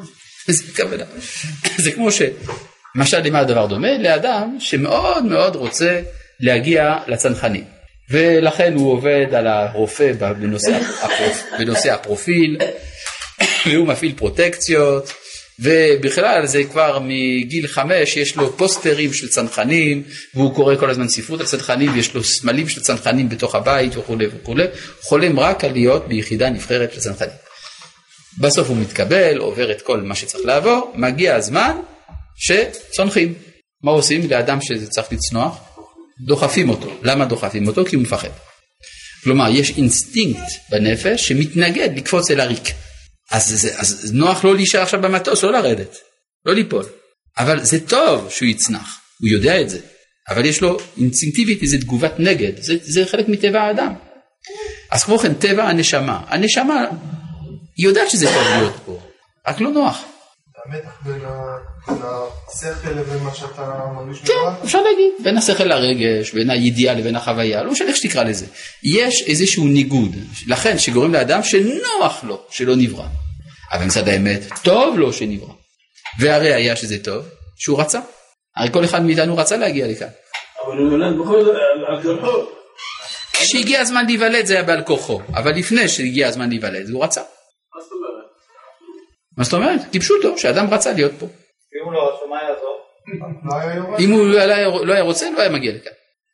זה כמו שמשל למה הדבר דומה? לאדם שמאוד מאוד רוצה להגיע לצנחנים. ולכן הוא עובד על הרופא בנושא הפרופיל, והוא מפעיל פרוטקציות, ובכלל זה כבר מגיל 5 יש לו פוסטרים של צנחנים, והוא קורא כל הזמן ספרות על צנחנים, ויש לו סמלים של צנחנים בתוך הבית וכו' וכו'. חולם רק על להיות ביחידה נבחרת של צנחנים. בסוף הוא מתקבל, עובר את כל מה שצריך לעבור, מגיע הזמן שצונחים. מה עושים לאדם שזה צריך לצנוח? דוחפים אותו. למה דוחפים אותו? כי הוא מפחד. כלומר, יש אינסטינקט בנפש שמתנגד לקפוץ אל הריק. אז נוח לא להישאר עכשיו במטוס, לא לרדת, לא ליפול. אבל זה טוב שהוא יצנח, הוא יודע את זה. אבל יש לו אינסטינקטיבית איזו תגובת נגד, זה חלק מטבע האדם. אז כמו כן, טבע הנשמה. הנשמה היא יודעת שזה טוב להיות פה, רק לא נוח.
המתח בין השכל לבין מה שאתה מרגיש
כן, אפשר להגיד, בין השכל לרגש, בין הידיעה לבין החוויה, לא משנה איך שתקרא לזה. יש איזשהו ניגוד, לכן שגורם לאדם שנוח לו שלא נברא. אבל מצד האמת, טוב לו שנברא. והרי היה שזה טוב, שהוא רצה. הרי כל אחד מאיתנו רצה להגיע לכאן.
אבל הוא נולד בכל זאת על כוחו.
כשהגיע הזמן להיוולד זה היה בעל כוחו, אבל לפני שהגיע הזמן להיוולד הוא רצה. מה זאת אומרת? טיפשו אותו, שאדם רצה להיות פה.
אם הוא לא רצה, מה יעזור?
אם הוא לא היה רוצה, לא היה מגיע לכאן.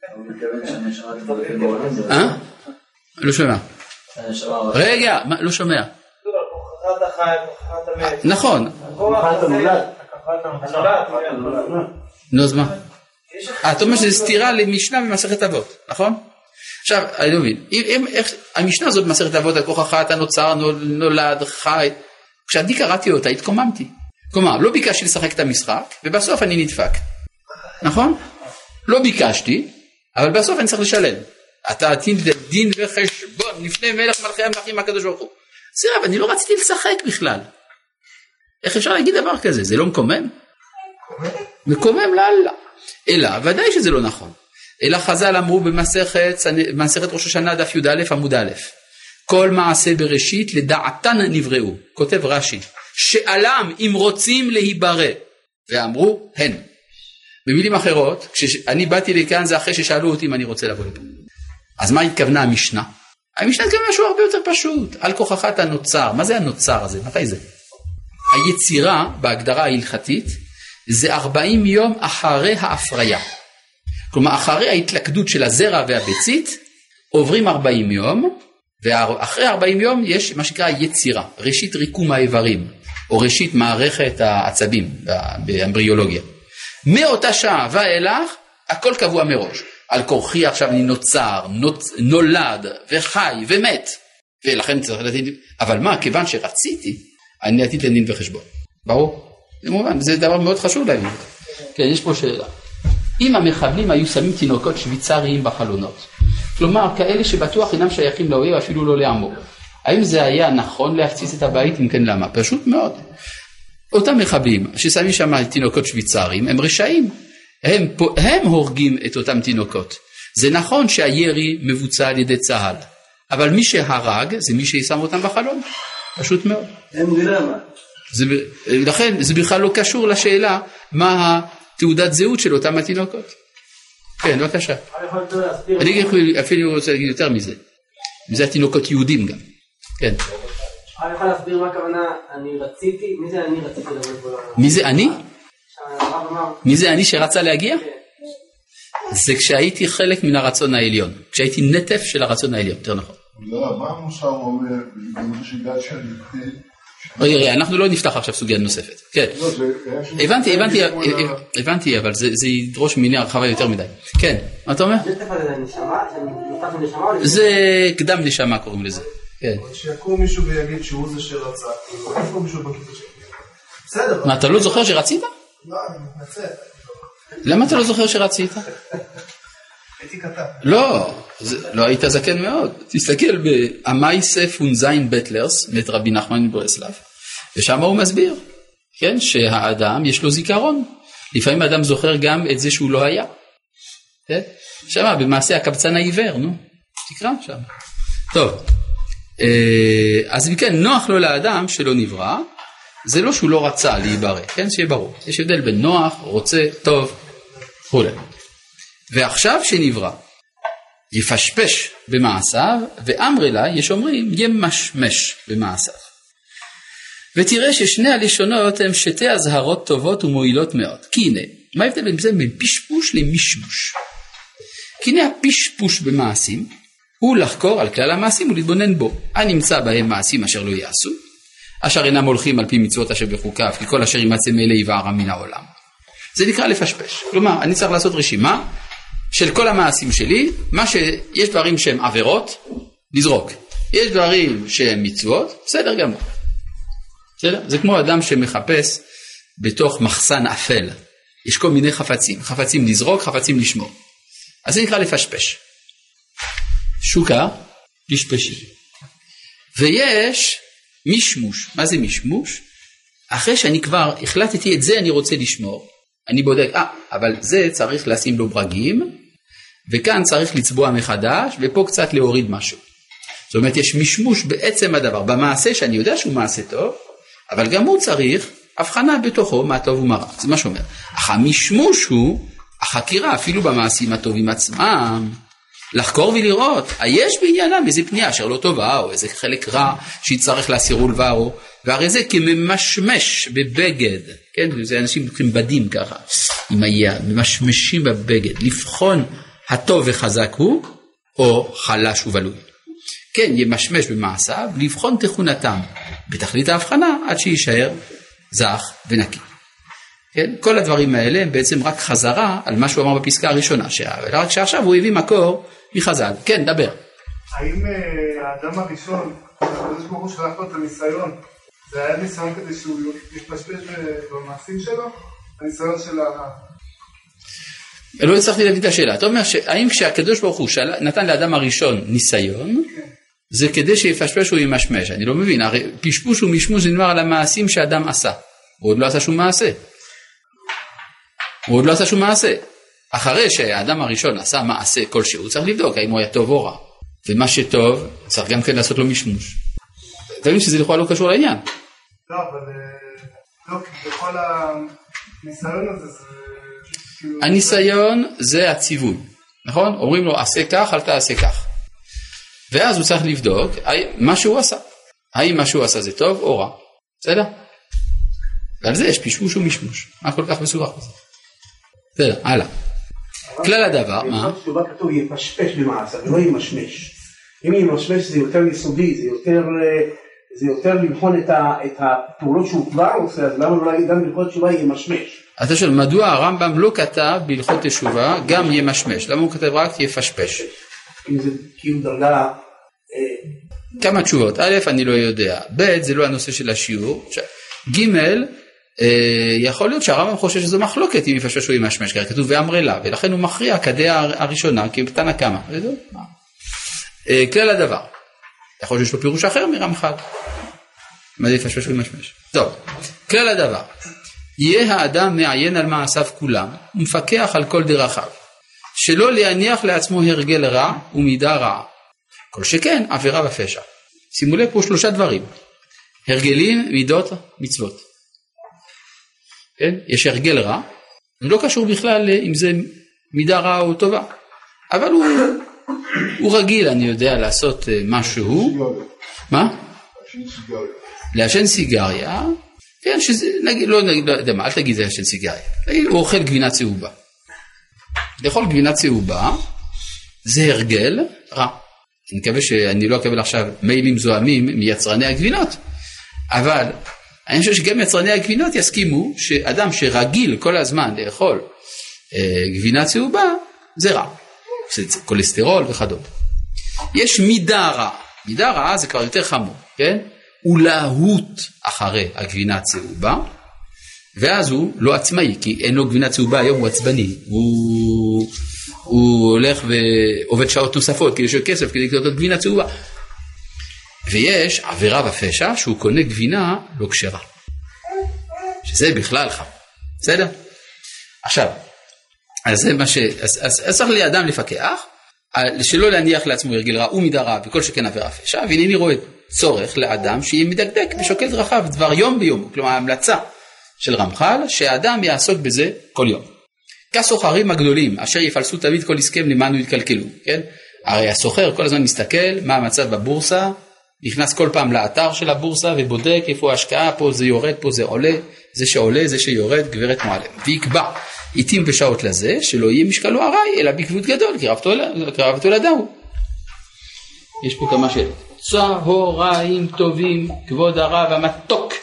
לא שומע. רגע, לא שומע.
כוחת החי, כוחת המת.
נכון. נו, אז מה? אתה אומר שזה סתירה למשנה במסכת אבות, נכון? עכשיו, אני לא מבין. המשנה הזאת במסכת אבות על כוח החי, הנוצר, נולד, חי. כשאני קראתי אותה, התקוממתי. כלומר, לא ביקשתי לשחק את המשחק, ובסוף אני נדפק. נכון? לא ביקשתי, אבל בסוף אני צריך לשלם. אתה דין וחשבון לפני מלך מלכי המלכים הקדוש ברוך הוא. סירב, אני לא רציתי לשחק בכלל. איך אפשר להגיד דבר כזה? זה לא מקומם? מקומם לאללה. אלא, ודאי שזה לא נכון. אלא חז"ל אמרו במסכת ראש השנה דף י"א עמוד א', כל מעשה בראשית לדעתן נבראו, כותב רש"י, שעלם אם רוצים להיברא, ואמרו הן. במילים אחרות, כשאני באתי לכאן זה אחרי ששאלו אותי אם אני רוצה לבוא לפה. אז מה התכוונה המשנה? המשנה התכוונה משהו הרבה יותר פשוט, על כוחך אתה נוצר. מה זה הנוצר הזה? מתי זה? היצירה בהגדרה ההלכתית זה 40 יום אחרי ההפריה. כלומר אחרי ההתלכדות של הזרע והביצית עוברים 40 יום, ואחרי 40 יום יש מה שנקרא יצירה, ראשית ריקום האיברים, או ראשית מערכת העצבים באמבריולוגיה. מאותה שעה ואילך, הכל קבוע מראש. על כורחי עכשיו אני נוצר, נולד וחי ומת. ולכן צריך לתת, אבל מה, כיוון שרציתי, אני נתתי לדין וחשבון. ברור? זה מובן, זה דבר מאוד חשוב להבין. כן, יש פה שאלה. אם המחבלים היו שמים תינוקות שוויצריים בחלונות, כלומר, כאלה שבטוח אינם שייכים לאויב, אפילו לא לעמו. האם זה היה נכון להפציץ את הבית? אם כן, למה? פשוט מאוד. אותם מחבלים ששמים שם תינוקות שוויצריים, הם רשעים. הם הורגים את אותם תינוקות. זה נכון שהירי מבוצע על ידי צה"ל, אבל מי שהרג זה מי שישם אותם בחלון. פשוט מאוד.
אין דילמה.
לכן זה בכלל לא קשור לשאלה מה התעודת זהות של אותם התינוקות. כן, בבקשה. אני אפילו רוצה להגיד יותר מזה. מזה התינוקות יהודים גם. כן.
אני יכול להסביר מה הכוונה, אני רציתי, מי זה אני רציתי לבוא פה?
מי זה אני? מי זה אני שרצה להגיע? זה כשהייתי חלק מן הרצון העליון. כשהייתי נטף של הרצון העליון, יותר נכון.
לא, מה המושל אומר, בגלל שגעת שאני
אנחנו לא נפתח עכשיו סוגיה נוספת. כן. הבנתי, אבל זה ידרוש מיני הרחבה יותר מדי. כן, מה אתה אומר? זה קדם נשמה קוראים לזה.
שיקום מישהו ויגיד שהוא זה שרצה, איפה מישהו בכיפה שלי? בסדר.
מה, אתה לא זוכר שרצית?
לא, אני מתנצל.
למה אתה לא זוכר שרצית?
הייתי קטן.
לא היית זקן מאוד. תסתכל באמייסה פונזיין בטלרס, מאת רבי נחמן מברסלב, ושם הוא מסביר, כן, שהאדם יש לו זיכרון. לפעמים האדם זוכר גם את זה שהוא לא היה. כן? שמה, במעשה הקבצן העיוור, תקרא שם. טוב, אז כן, נוח לו לאדם שלא נברא, זה לא שהוא לא רצה להיברא, כן, שיהיה ברור. יש הבדל בין נוח, רוצה, טוב, וכו'. ועכשיו שנברא, יפשפש במעשיו, ואמרי לה, יש אומרים, ימשמש במעשיו. ותראה ששני הלשונות הם שתי הזהרות טובות ומועילות מאוד. כי הנה, מה ההבדל בין זה? בין פשפוש למשמוש. כי הנה הפשפוש במעשים, הוא לחקור על כלל המעשים ולהתבונן בו. הנמצא בהם מעשים אשר לא יעשו, אשר אינם הולכים על פי מצוות אשר בחוקיו, כי כל אשר ימצא מאלה יבערם מן העולם. זה נקרא לפשפש. כלומר, אני צריך לעשות רשימה של כל המעשים שלי, מה שיש דברים שהם עבירות, לזרוק. יש דברים שהם מצוות, בסדר גמור. בסדר? זה כמו אדם שמחפש בתוך מחסן אפל. יש כל מיני חפצים. חפצים לזרוק, חפצים לשמור. אז זה נקרא לפשפש. שוקה, פשפשי. ויש משמוש. מה זה משמוש? אחרי שאני כבר החלטתי את זה אני רוצה לשמור. אני בודק, אבל זה צריך לשים לו ברגים, וכאן צריך לצבוע מחדש, ופה קצת להוריד משהו. זאת אומרת, יש משמוש בעצם הדבר, במעשה שאני יודע שהוא מעשה טוב, אבל גם הוא צריך הבחנה בתוכו מה טוב ומה רע. זה מה שאומר. אך המשמוש הוא החקירה, אפילו במעשים הטובים עצמם, לחקור ולראות, יש בעניינם איזה פנייה אשר לא טובה, או איזה חלק רע שיצטרך להסירו לבערו, והרי זה כממשמש בבגד, כן? זה אנשים לוקחים בדים ככה, עם היד, ממשמשים בבגד, לבחון הטוב וחזק הוא, או חלש ובלוי. כן, ימשמש במעשיו, לבחון תכונתם, בתכלית ההבחנה, עד שישאר זך ונקי. כן? כל הדברים האלה הם בעצם רק חזרה על מה שהוא אמר בפסקה הראשונה, רק שעכשיו הוא הביא מקור מחז"ל. כן, דבר.
האם האדם הראשון, הקדוש ברוך הוא שלח לו את הניסיון, זה היה ניסיון כדי שהוא יתפשפש במעשים שלו? הניסיון של
לא הצלחתי להבין את השאלה. אתה אומר, האם כשהקדוש ברוך הוא נתן לאדם הראשון ניסיון, זה כדי שיפשפש או ימשמש? אני לא מבין, הרי פשפוש ומשמוש זה נאמר על המעשים שאדם עשה. הוא עוד לא עשה שום מעשה. אחרי שהאדם הראשון עשה מעשה כלשהו, צריך לבדוק האם הוא היה טוב או רע. ומה שטוב, צריך גם כן לעשות לו משמוש. אתה מבין שזה לכאורה לא קשור לעניין.
לא, אבל בכל הניסיון הזה
הניסיון זה הציווי, נכון? אומרים לו עשה כך, אל תעשה כך. ואז הוא צריך לבדוק מה שהוא עשה. האם מה שהוא עשה זה טוב או רע. בסדר? ועל זה יש פשפוש ומשמוש. מה כל כך מסובך בזה? בסדר, הלאה. כלל הדבר, מה?
שבה כתוב יפשפש במעשה, ולא ימשמש. אם ימשמש זה יותר יסודי, זה יותר לבחון את הפעולות שהוא כבר עושה, אז למה לא להגיד גם בהלכות תשובה ימשמש?
אתה שואל, מדוע הרמב"ם לא כתב בהלכות תשובה גם ימשמש? למה הוא כתב רק יפשפש?
אם זה כאילו דרגה...
כמה תשובות. א', אני לא יודע. ב', זה לא הנושא של השיעור. ג', יכול להיות שהרמב"ם חושב שזו מחלוקת אם יפשפש או ימשמש, כי כתוב ואמרי לה, ולכן הוא מכריע כדעה הראשונה כתנא קמא. כלל הדבר. יכול להיות שיש לו פירוש אחר מרמח"ל. מה זה יפשפש או ימשמש? טוב, כלל הדבר. יהיה האדם מעיין על מעשיו כולם, ומפקח על כל דרכיו, שלא להניח לעצמו הרגל רע ומידה רע. כל שכן, עבירה ופשע. שימו לב פה 3 דברים. הרגלים, מידות, מצוות. כן? יש הרגל רע, זה לא קשור בכלל אם זה מידה רעה או טובה. אבל הוא רגיל, אני יודע, לעשות משהו. מה? לעשן סיגריה. כן, שזה, נגיד, לא יודע מה, אל תגיד זה לעשן סיגריה. הוא אוכל גבינה צהובה. לאכול גבינה צהובה, זה הרגל רע. אני מקווה שאני לא אקבל עכשיו מיילים זוהמים מיצרני הגבינות. אבל אני חושב שגם יצרני הגבינות יסכימו שאדם שרגיל כל הזמן לאכול גבינה צהובה, זה רע. זה קולסטרול וכדומה. יש מידה רע. מידה רע זה כבר יותר חמור, כן? הוא להוט אחרי הגבינה הצהובה, ואז הוא לא עצמאי, כי אין לו גבינה צהובה, היום הוא עצבני. הוא הולך ועובד שעות נוספות, כי יש לו כסף כדי לקנות את גבינה צהובה. ויש עבירה ופשע שהוא קונה גבינה לא כשרה. שזה בכלל חמור. בסדר? עכשיו, אז זה מה אז צריך לאדם לפקח, שלא להניח לעצמו הרגל רע ומידה רע וכל שכן עבירה ופשע, והנה רואה צורך לאדם שיהיה מדקדק ושוקל דרכיו דבר יום ביום, כלומר ההמלצה של רמח"ל שהאדם יעסוק בזה כל יום. כסוחרים הגדולים אשר יפלסו תמיד כל הסכם למענו יתקלקלו, כן? הרי הסוחר כל הזמן מסתכל מה המצב בבורסה, נכנס כל פעם לאתר של הבורסה ובודק איפה ההשקעה, פה זה יורד, פה זה עולה, זה שעולה, זה שיורד, גברת מועלם. ויקבע עיתים ושעות לזה שלא יהיה משקלו ארעי, אלא בקביעות גדול, כי רבתו לדאו. יש פה כמה שאלות. צהריים טובים, כבוד הרב המתוק.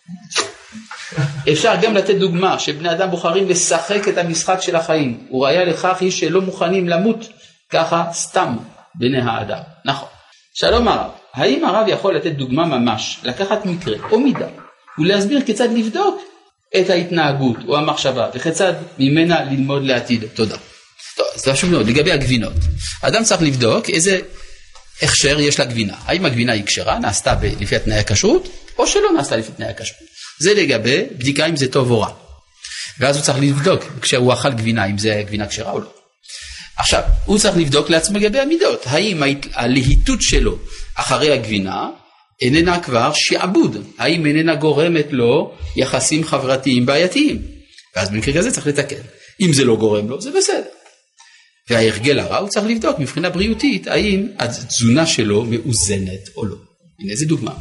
אפשר גם לתת דוגמה שבני אדם בוחרים לשחק את המשחק של החיים. הוא ראיה לכך היא שלא מוכנים למות ככה סתם בני האדם. נכון. שלום הרב, האם הרב יכול לתת דוגמה ממש, לקחת מקרה או מידה, ולהסביר כיצד לבדוק את ההתנהגות או המחשבה, וכיצד ממנה ללמוד לעתיד? תודה. טוב, זה חשוב מאוד. לגבי הגבינות, האדם צריך לבדוק איזה הכשר יש לגבינה. האם הגבינה היא כשרה, נעשתה לפי תנאי הכשרות, או שלא נעשתה לפי תנאי הכשרות. זה לגבי בדיקה אם זה טוב או רע. ואז הוא צריך לבדוק, כשהוא אכל גבינה, אם זה גבינה כשרה או לא. עכשיו, הוא צריך לבדוק לעצמו לגבי המידות. האם הלהיטות שלו אחרי הגבינה איננה כבר שעבוד? האם איננה גורמת לו יחסים חברתיים בעייתיים? ואז במקרה כזה צריך לתקן. אם זה לא גורם לו, זה בסדר. וההרגל הרע הוא צריך לבדוק מבחינה בריאותית, האם התזונה שלו מאוזנת או לא. הנה, איזה דוגמה.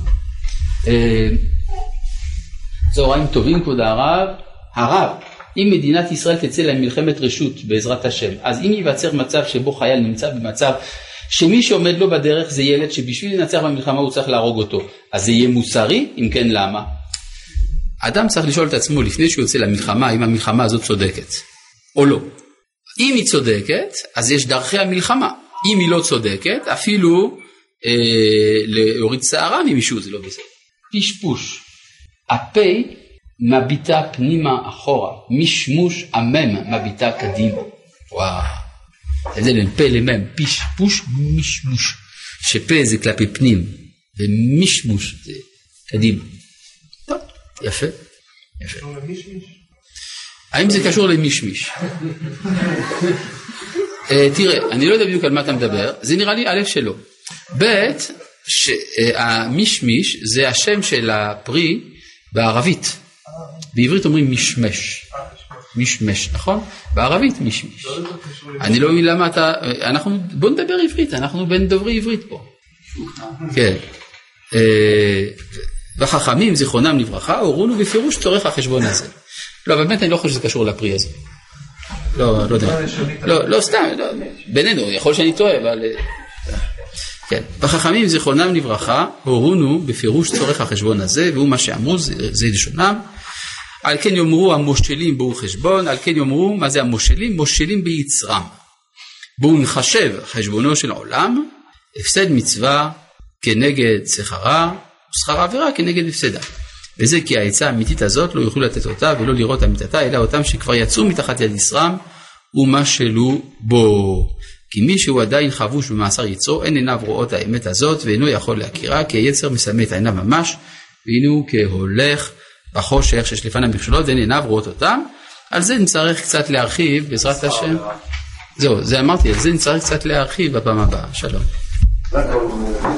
צהריים טובים, כבוד הרב, אם מדינת ישראל תצא למלחמת רשות בעזרת השם, אז אם ייווצר מצב שבו חייל נמצא במצב שמי שעומד לו בדרך זה ילד שבשביל לנצח במלחמה הוא צריך להרוג אותו, אז זה יהיה מוסרי? אם כן, למה? אדם צריך לשאול את עצמו לפני שהוא יוצא למלחמה, אם המלחמה הזאת צודקת או לא. אם היא צודקת, אז יש דרכי המלחמה. אם היא לא צודקת, אפילו להוריד שערה ממישהו זה לא בסדר. פשפוש. הפה מביטה פנימה אחורה, משמוש המם מביטה קדימה. וואו. זה בין פה למם, פשפוש משמוש. שפה זה כלפי פנים, ומשמוש זה קדימה. טוב, יפה. יפה. האם זה קשור למשמיש? תראה, אני לא יודע בדיוק על מה אתה מדבר, זה נראה לי א' שלא. ב' שהמשמיש זה השם של הפרי בערבית. בעברית אומרים משמש. משמש, נכון? בערבית משמיש. אני לא מבין למה אתה... בוא נדבר עברית, אנחנו בין דוברי עברית פה. כן. וחכמים זיכרונם לברכה הורונו בפירוש צורך החשבון הזה. לא, באמת אני לא חושב שזה קשור לפרי הזה. לא יודע. לא, סתם, בינינו, יכול שאני טועה, אבל... כן. וחכמים זיכרונם לברכה הורונו בפירוש צורך החשבון הזה, והוא מה שאמרו, זה לשונם. על כן יאמרו המושלים בואו חשבון, על כן יאמרו, מה זה המושלים? מושלים ביצרם. בואו נחשב חשבונו של העולם, הפסד מצווה כנגד שכרה, ושכר עבירה כנגד הפסדה. וזה כי העצה האמיתית הזאת לא יוכלו לתת אותה ולא לראות אמיתתה, אלא אותם שכבר יצאו מתחת יד ישרם ומשלו בו. כי מי שהוא עדיין חבוש במאסר יצרו, אין עיניו רואות האמת הזאת, ואינו יכול להכירה, כי היצר מסמא את עיניו ממש, והנה כהולך בחושך שיש לפניו מכשולות, ואין עיניו רואות אותם. על זה נצטרך קצת להרחיב, בעזרת השם. זהו, זה אמרתי, על זה נצטרך קצת להרחיב בפעם הבאה. שלום.